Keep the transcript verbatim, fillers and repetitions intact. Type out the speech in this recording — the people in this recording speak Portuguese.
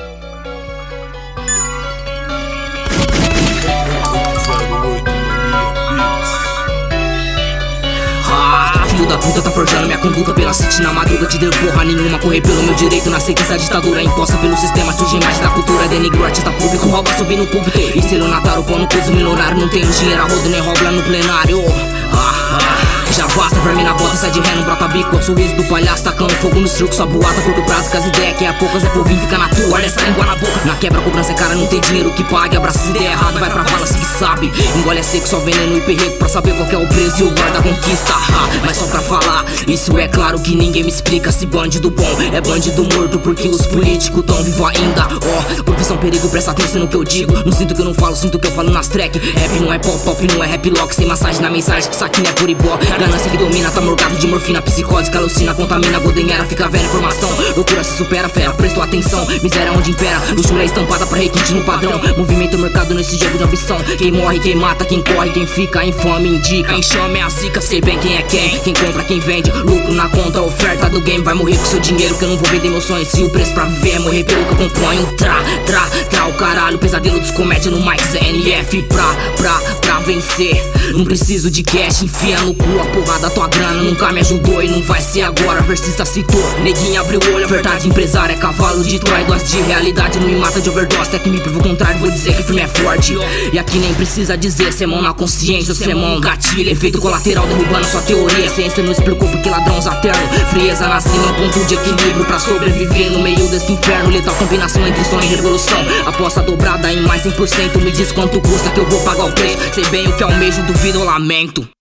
Filho da puta tá forjando minha conduta pela city na madruga. Te deu porra nenhuma, correr pelo meu direito. Na seca essa ditadura imposta pelo sistema. Surge imagem da cultura, denigre o artista público. Rouba, subir no público. Estelionatário, pão no coisa milionário. Não tenho dinheiro a rodo, nem rouba no plenário. Ah, ah. Já basta, verme na bota, sai de ré, não brota bico. Sorriso do palhaço, tacando fogo no circo. Só boata, curto prazo, com as ideias que é poucas. É povinho, fica na tua, olha essa língua na boca. Na quebra, cobrança é cara, não tem dinheiro que pague. Abraça essa ideia errada, vai pra vala, se que sabe. Engole é seco, só veneno e perrego. Pra saber qual que é o preço e o guarda conquista. Ah, mas só pra falar, isso é claro que ninguém me explica. Se bandido bom é bandido morto, porque os políticos tão vivos ainda. Ó, oh, profissão perigo, presta atenção no que eu digo. Não sinto que eu não falo, sinto que eu falo nas track. Rap não é pop, pop não é rap lock. Sem massagem na mensagem, saquinho é por ibó. Ganância que domina, tá morgado de morfina. Psicose, calocina, contamina, godenhera. Fica velha informação, loucura se supera, fera. Prestou atenção, miséria onde impera. Luxúria estampada pra requinte no padrão. Movimento mercado nesse jogo de ambição. Quem morre, quem mata, quem corre, quem fica infame indica. Quem chama é a zica, sei bem quem é quem. Quem compra, quem vende, lucro na conta, oferta do game. Vai morrer com seu dinheiro que eu não vou vender meus sonhos. Se o preço pra viver é morrer pelo que eu componho. Tra, tra, tra o caralho, pesadelo dos comédia no Mike N F. Pra, pra, pra vencer, não preciso de cash. Enfia no cu a porra da tua grana. Nunca me ajudou e não vai ser agora. Versista citou, neguinha abriu o olho. A verdade empresária é cavalo de Troia. Dose de realidade não me mata de overdose. Até que me prova o contrário, vou dizer que o filme é forte. E aqui nem precisa dizer, cê mão na consciência, cê mão gatilho. Efeito colateral derrubando sua teoria. Ciência não explicou porque ladrão zaterno. Frieza na cima, ponto de equilíbrio pra sobreviver no meio desse inferno. Letal combinação entre sonho e revolução. Aposta dobrada em mais cem por cento. Me diz quanto custa que eu vou pagar o preço. Sei bem o que almejo, duvido ou lamento.